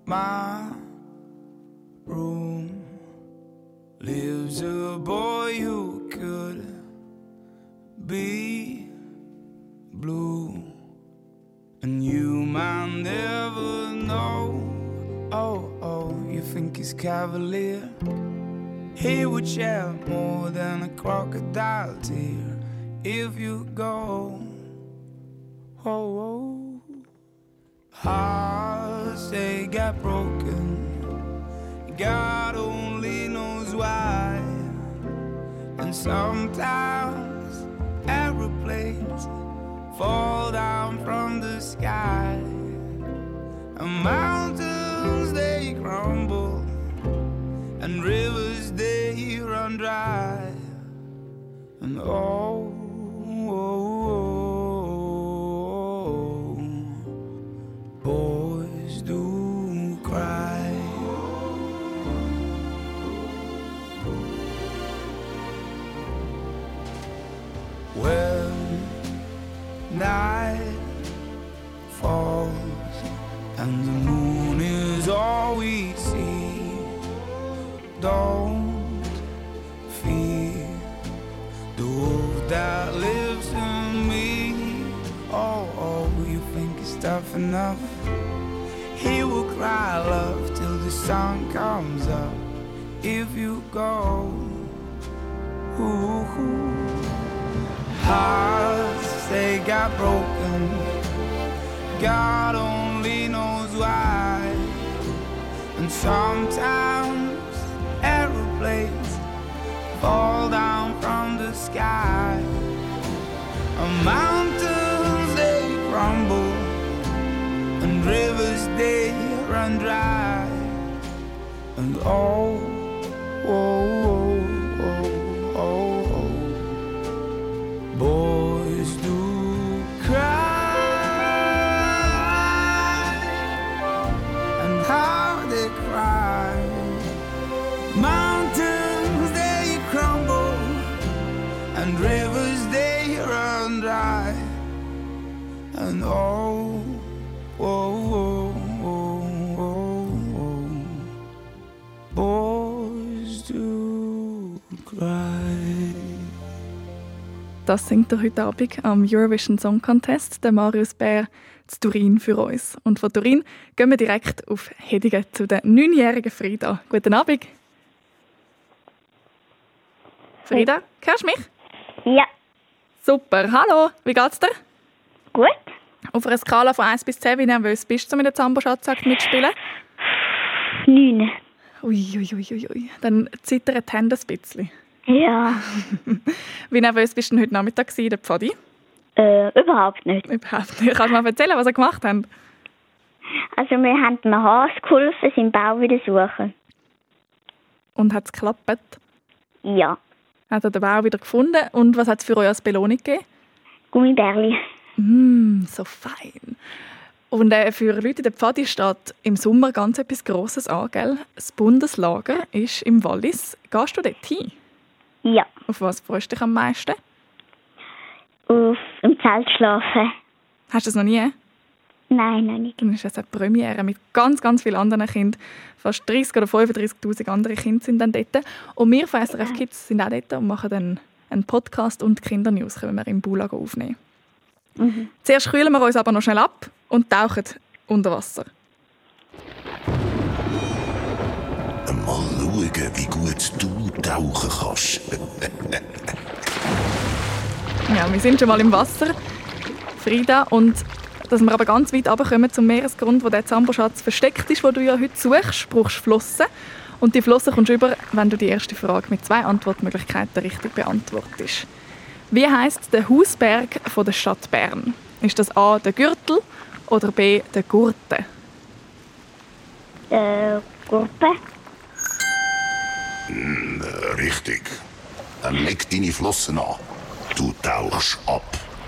Speaker 11: my room lives a boy who could be blue, and you might never know. Oh, oh, you think he's cavalier? He would shed more than a crocodile tear if you go. Oh, oh. Hearts, they got broken, God only knows why. And sometimes aeroplanes fall down from the sky, and mountains they crumble, and rivers they run dry. And oh, oh, oh, boys do cry. When night falls and the moon is all we see, don't fear the wolf that lives in me. Oh, oh, you think it's tough enough? He will cry love till the sun comes up if you go. Ooh, ooh. Hearts, they got broken, God only knows why. And sometimes aeroplanes fall down from the sky, and mountains they crumble, and rivers they run dry. And oh, oh, oh, oh, oh, oh, boys do cry, and how they cry. Mountains they crumble, and rivers they run dry. And oh, oh, oh, oh, oh, oh, boys do cry.
Speaker 2: Das singt er heute Abend am Eurovision Song Contest, der Marius Bär zu Turin für uns. Und von Turin gehen wir direkt auf Hedigen zu der neunjährigen Frida. Guten Abend. Frida, hörst du mich?
Speaker 4: Ja.
Speaker 2: Super, hallo, wie geht's dir?
Speaker 4: Gut.
Speaker 2: Auf einer Skala von eins bis zehn, wie nervös bist du, mit der Zambo-Schatzjagd mitspielen?
Speaker 4: neun.
Speaker 2: Uiuiuiui, ui, ui. Dann zittert die Hände ein bisschen.
Speaker 4: Ja.
Speaker 2: Wie nervös bist du denn heute Nachmittag in der Pfadi?
Speaker 4: Äh, überhaupt nicht.
Speaker 2: Überhaupt nicht. Kannst du mal erzählen, was ihr gemacht habt?
Speaker 4: Also wir haben einem Hase geholfen, seinen Bau wieder suchen.
Speaker 2: Und hat es geklappt?
Speaker 4: Ja.
Speaker 2: Hat er den Bau wieder gefunden? Und was hat es für euch als Belohnung gegeben?
Speaker 4: Gummibärli.
Speaker 2: Mm, so fein. Und äh, für Leute in der Pfadi steht im Sommer ganz etwas Grosses an, gell? Das Bundeslager ist im Wallis. Gehst du dort hin?
Speaker 4: Ja.
Speaker 2: Auf was freust du dich am meisten?
Speaker 4: Auf im Zelt schlafen.
Speaker 2: Hast du das noch nie?
Speaker 4: Nein, noch nicht.
Speaker 2: Dann ist das eine Premiere mit ganz, ganz vielen anderen Kindern. Fast dreißig oder fünfunddreißigtausend andere Kinder sind dann dort. Und wir von S R F Kids sind auch dort und machen dann einen Podcast und Kindernews können wir im Bulago aufnehmen.
Speaker 4: Mhm.
Speaker 2: Zuerst kühlen wir uns aber noch schnell ab und tauchen unter Wasser.
Speaker 13: Mal schauen, wie gut du tauchen kannst.
Speaker 2: Ja, wir sind schon mal im Wasser, Frida, und dass wir aber ganz weit runterkommen zum Meeresgrund, wo der Zambo-Schatz versteckt ist, wo du ja heute suchst, brauchst du Flossen. Und die Flossen kommst du über, wenn du die erste Frage mit zwei Antwortmöglichkeiten richtig beantwortest. Wie heisst der Hausberg von der Stadt Bern? Ist das A, der Gürtel oder B, der Gurte?
Speaker 4: Der Gurte.
Speaker 13: Mm, richtig. Dann leg deine Flossen an. Du tauchst ab.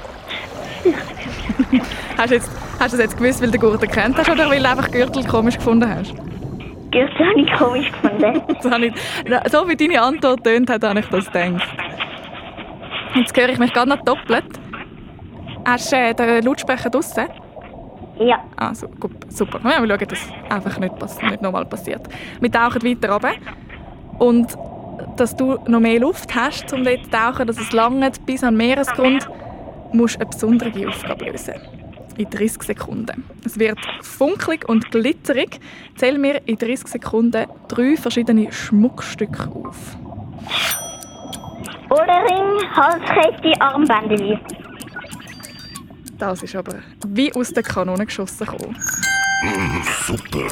Speaker 2: Hast du, jetzt, hast du das jetzt gewusst, weil du den Gurten kennt hast oder weil du einfach Gürtel komisch gefunden hast?
Speaker 4: Gürtel habe ich komisch gefunden.
Speaker 2: so, habe ich, so wie deine Antwort tönt hat, habe ich das gedacht. Jetzt höre ich mich gerade noch doppelt. Hast du äh, den Lautsprecher draussen?
Speaker 4: Ja.
Speaker 2: Ah, so, gut, super. Ja, wir schauen, dass einfach nicht, pass- nicht nochmal passiert. Wir tauchen weiter runter. Und dass du noch mehr Luft hast, um dort zu tauchen, dass es langt bis an den Meeresgrund, musst du eine besondere Aufgabe lösen. In dreißig Sekunden. Es wird funkelig und glitzerig. Zähl mir in dreißig Sekunden drei verschiedene Schmuckstücke auf.
Speaker 4: Ohrring, Halskette, Armbändchen.
Speaker 2: Das ist aber wie aus der Kanone geschossen gekommen.
Speaker 13: Mm, super.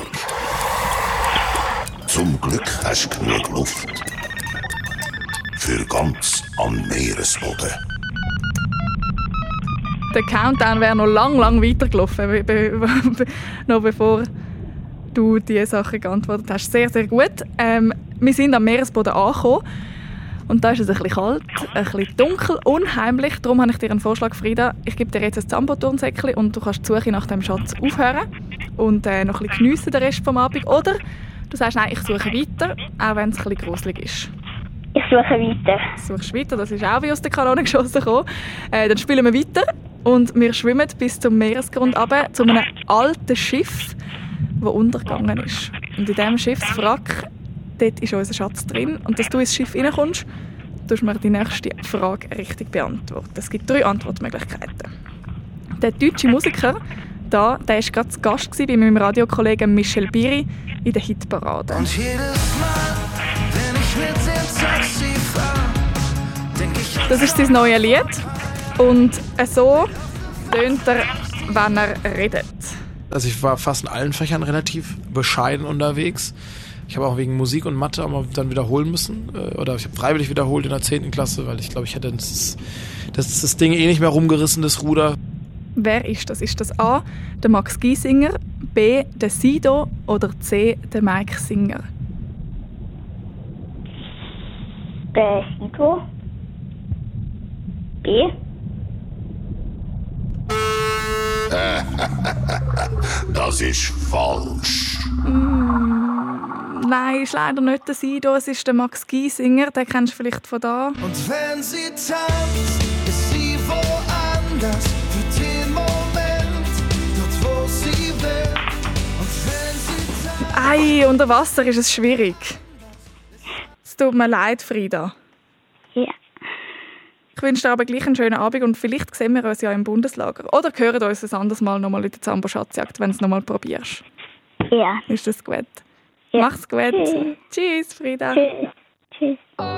Speaker 13: Zum Glück hast du genug Luft. Für ganz am Meeresboden.
Speaker 2: Der Countdown wäre noch lang, lang weitergelaufen, be be be noch bevor du diese Sachen geantwortet hast. Sehr, sehr gut. Ähm, wir sind am Meeresboden angekommen. Und da ist es ein bisschen kalt, ein bisschen dunkel, unheimlich. Darum habe ich dir einen Vorschlag, Frida. Ich gebe dir jetzt ein Zambo-Turnsäckchen und du kannst die Suche nach dem Schatz aufhören und äh, noch ein bisschen geniessen den Rest des Abends. Oder du sagst, nein, ich suche weiter, auch wenn es ein bisschen gruselig ist.
Speaker 4: Ich suche weiter.
Speaker 2: Du suchst weiter, das ist auch wie aus der Kanone geschossen gekommen. Äh, dann spielen wir weiter und wir schwimmen bis zum Meeresgrund runter, zu einem alten Schiff, das untergegangen ist. Und in diesem Schiffswrack, dort ist unser Schatz drin. Und dass du ins Schiff reinkommst, tust du mir die nächste Frage richtig beantworten. Es gibt drei Antwortmöglichkeiten. Der deutsche Musiker, da, der war gerade zu Gast bei meinem Radiokollegen Michel Biri in der Hitparade.
Speaker 6: Und jedes Mal, wenn ich mit dem Taxi fahre, denk ich an
Speaker 2: Das ist sein neues Lied. Und so tönt er, wenn er redet.
Speaker 14: Also ich war fast in allen Fächern relativ bescheiden unterwegs. Ich habe auch wegen Musik und Mathe auch mal dann wiederholen müssen. Oder ich habe freiwillig wiederholt in der zehnten Klasse, weil ich glaube, ich hätte das, das, das Ding eh nicht mehr rumgerissen, das Ruder.
Speaker 2: Wer ist das? Ist das A, der Max Giesinger, B, der Sido oder C, der Mike Singer?
Speaker 4: Der Sido. B.
Speaker 13: Das ist falsch.
Speaker 2: Mm, nein, ist leider nicht der Sido, es ist der Max Giesinger, den kennst du vielleicht von da.
Speaker 6: Und wenn sie tanzt, ist sie woanders für den Moment, dort wo sie will. Und wenn sie tanzt...
Speaker 2: Ei, unter Wasser ist es schwierig. Es tut mir leid, Frida.
Speaker 4: Ja.
Speaker 2: Ich wünsche dir aber gleich einen schönen Abend und vielleicht sehen wir uns ja im Bundeslager. Oder hören uns ein anderes Mal nochmal in der Zambo-Schatzjagd, wenn du es nochmal probierst.
Speaker 4: Ja.
Speaker 2: Ist das gut?
Speaker 4: Ja.
Speaker 2: Mach's gut.
Speaker 4: Tschüss.
Speaker 2: Tschüss, Frida.
Speaker 4: Tschüss. Tschüss.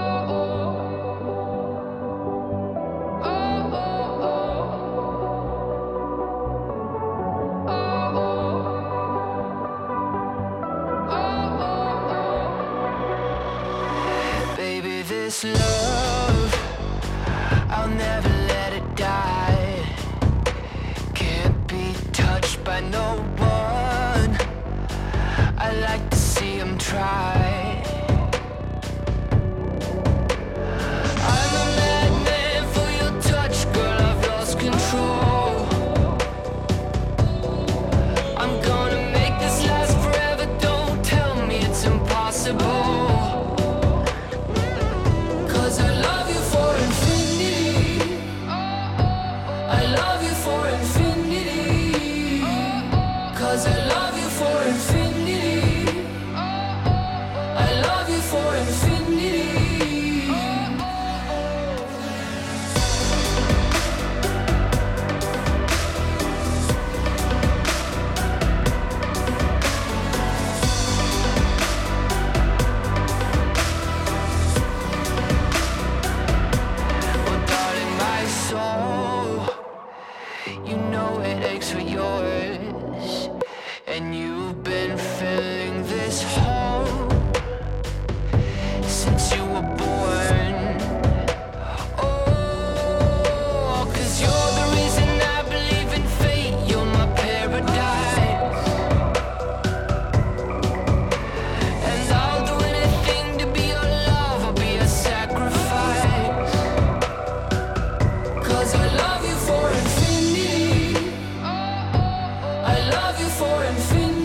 Speaker 6: Baby, this love, I'll never let it die. Can't be touched by no one. I like to see him try. I'm a madman for your touch, girl, I've lost control. I'm gonna make this last forever, don't tell me it's impossible. Cause I love you for infinity. I love you for infinity. Cause I love you for infinity. I love you for infinity. Oh, darling, my soul, you know it aches for yours, and you've been filling this hole since you were born. Oh, 'cause you're the reason I believe in fate, you're my paradise, and I'll do anything to be your love, I'll be a sacrifice. 'Cause I love you for infinity. I love you for infinity.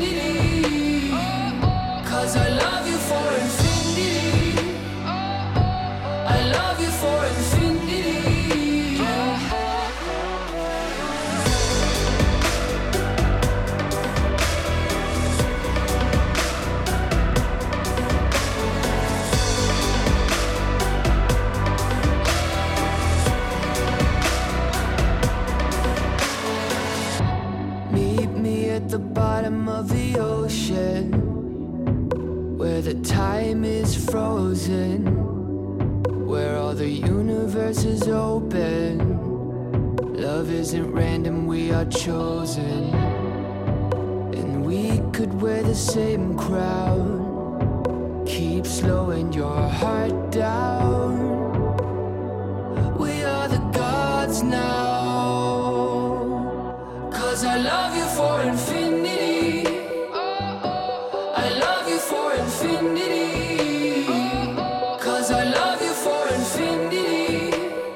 Speaker 6: bottom of the ocean, where the time is frozen, where all the universe is open. Love isn't random, we are chosen. And we could wear the same crown, keep slowing your heart down. We are the gods now, 'cause I love you for infinity. I love you for infinity. 'Cause I love you for infinity.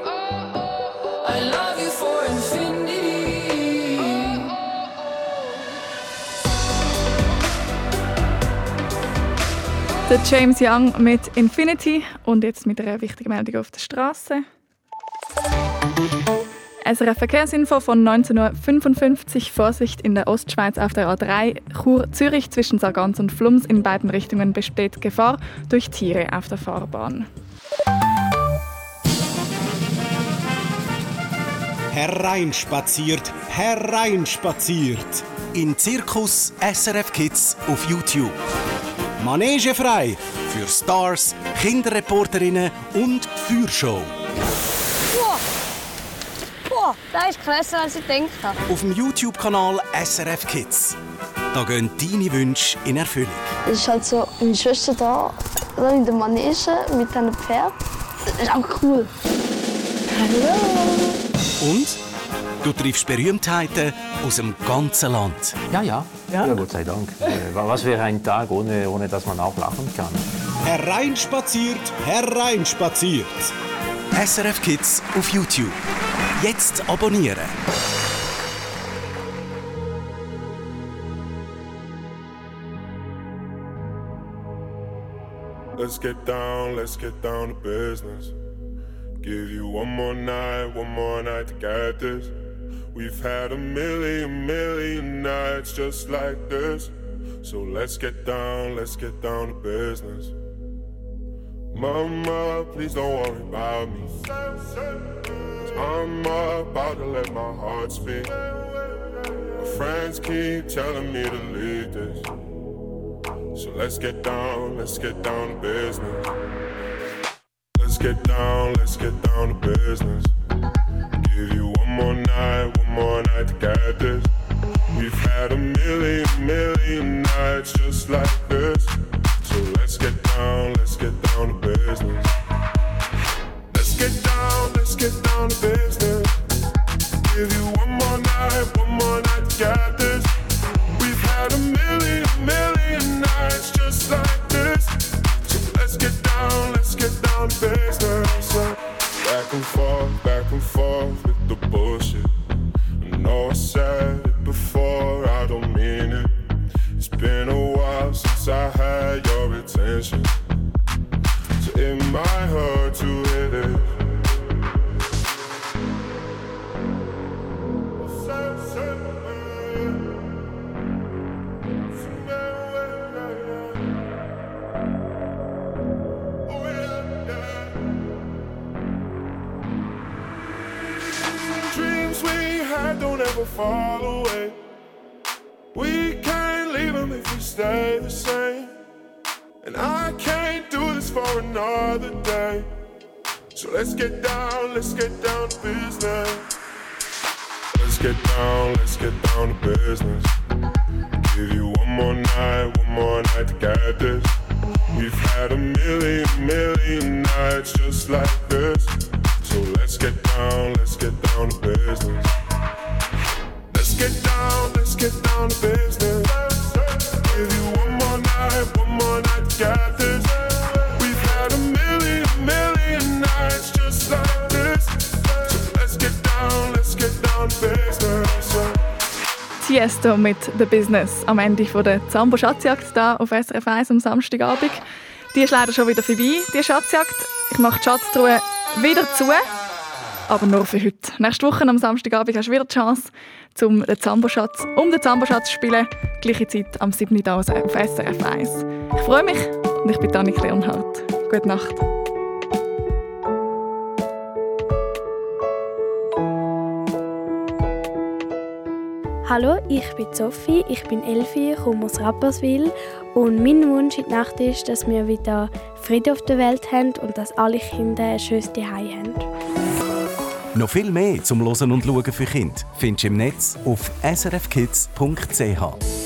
Speaker 6: I love you for infinity.
Speaker 2: Der James Young mit Infinity und jetzt mit einer wichtigen Meldung auf der Straße. S R F-Verkehrsinfo von neunzehn Uhr fünfundfünfzig. Vorsicht in der Ostschweiz auf der A drei. Chur-Zürich zwischen Sargans und Flums. In beiden Richtungen besteht Gefahr durch Tiere auf der Fahrbahn.
Speaker 1: Hereinspaziert, hereinspaziert. In Zirkus S R F Kids auf YouTube. Manege frei für Stars, Kinderreporterinnen und Feuershow.
Speaker 15: Wow. Wow, das ist krasser, als ich gedacht habe.
Speaker 1: Auf dem YouTube-Kanal S R F Kids. Da gehen deine Wünsche in Erfüllung.
Speaker 8: Es ist halt so, meine Schwester da, dann in der Manege mit einem Pferd. Das ist auch cool. Hallo.
Speaker 1: Und du triffst Berühmtheiten aus dem ganzen Land.
Speaker 16: Ja, ja. Ja, ja Gott sei Dank. Äh, Was wäre ein Tag, ohne, ohne dass man auch lachen kann?
Speaker 1: Hereinspaziert, hereinspaziert. S R F Kids auf YouTube. Jetzt abonnieren.
Speaker 17: Let's get down, let's get down to business. Give you one more night, one more night to get this. We've had a million, million nights just like this. So let's get down, let's get down to business. Mama, please don't worry about me. 'Cause I'm about to let my heart speak. My friends keep telling me to leave this. So let's get down, let's get down to business. Let's get down, let's get down to business. Give you one more night, one more night to get this. We've had a million, million nights just like this. So let's get down, let's get down to business. Let's get down, let's get down to business. Give you one more night, one more night to get this. We've had a million, million nights just like this. So let's get down, let's get down to business. Back and forth, back and forth with the bullshit. I know I said it before, I don't mean it. It's been a while since I had your attention, so it might hurt to hit it. Dreams we had don't ever fall away. We can't leave them if we stay the same. And I can't do this for another day. So let's get down, let's get down to business. Let's get down, let's get down to business. Give you one more night, one more night to get this. We've had a million, million nights just like this. So let's get down, let's get down to business. Let's get down, let's get down to business. Give you one more night, one more night to get this. We've had a million, million nights just like this. So let's get down, let's get down to business.
Speaker 2: Tiesto mit «The Business» am Ende von der Zambo-Schatzjagd hier auf S R F eins am Samstagabend. Die ist leider schon wieder vorbei, die Schatzjagd. Ich mache die Schatztruhe wieder zu, aber nur für heute. Nächste Woche am Samstagabend hast du wieder die Chance, um den Zambo-Schatz, um den Zambo-Schatz zu spielen. Gleiche Zeit am siebten Uhr auf S R F eins. Ich freue mich und ich bin Annik Leonhardt. Gute Nacht.
Speaker 18: Hallo, ich bin Sophie, ich bin elf, komme aus Rapperswil und mein Wunsch in der Nacht ist, dass wir wieder Frieden auf der Welt haben und dass alle Kinder ein schönes Zuhause haben.
Speaker 1: Noch viel mehr zum Hören und Schauen für Kinder findest du im Netz auf s r f kids punkt c h.